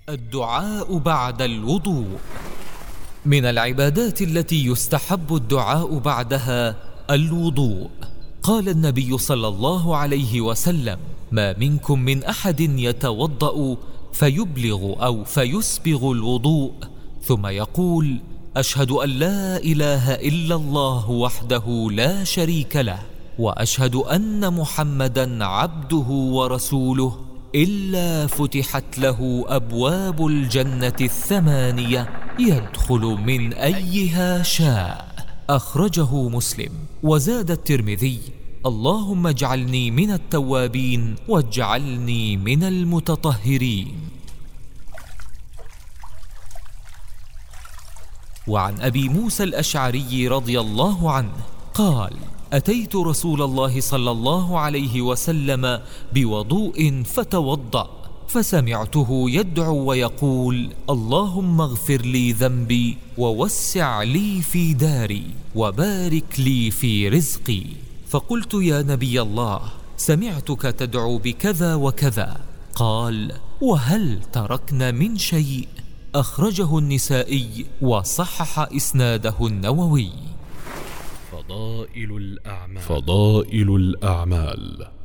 الدعاء بعد الوضوء. من العبادات التي يستحب الدعاء بعدها الوضوء. قال النبي صلى الله عليه وسلم: ما منكم من أحد يتوضأ فيبلغ أو فيسبغ الوضوء ثم يقول: أشهد أن لا إله إلا الله وحده لا شريك له وأشهد أن محمدا عبده ورسوله، إلا فتحت له أبواب الجنة 8 يدخل من أيها شاء. أخرجه مسلم. وزاد الترمذي: اللهم اجعلني من التوابين واجعلني من المتطهرين. وعن أبي موسى الأشعري رضي الله عنه قال: أتيت رسول الله صلى الله عليه وسلم بوضوء فتوضأ، فسمعته يدعو ويقول: اللهم اغفر لي ذنبي ووسع لي في داري وبارك لي في رزقي. فقلت: يا نبي الله، سمعتك تدعو بكذا وكذا. قال: وهل تركنا من شيء؟ أخرجه النسائي وصحح إسناده النووي. فضائل الأعمال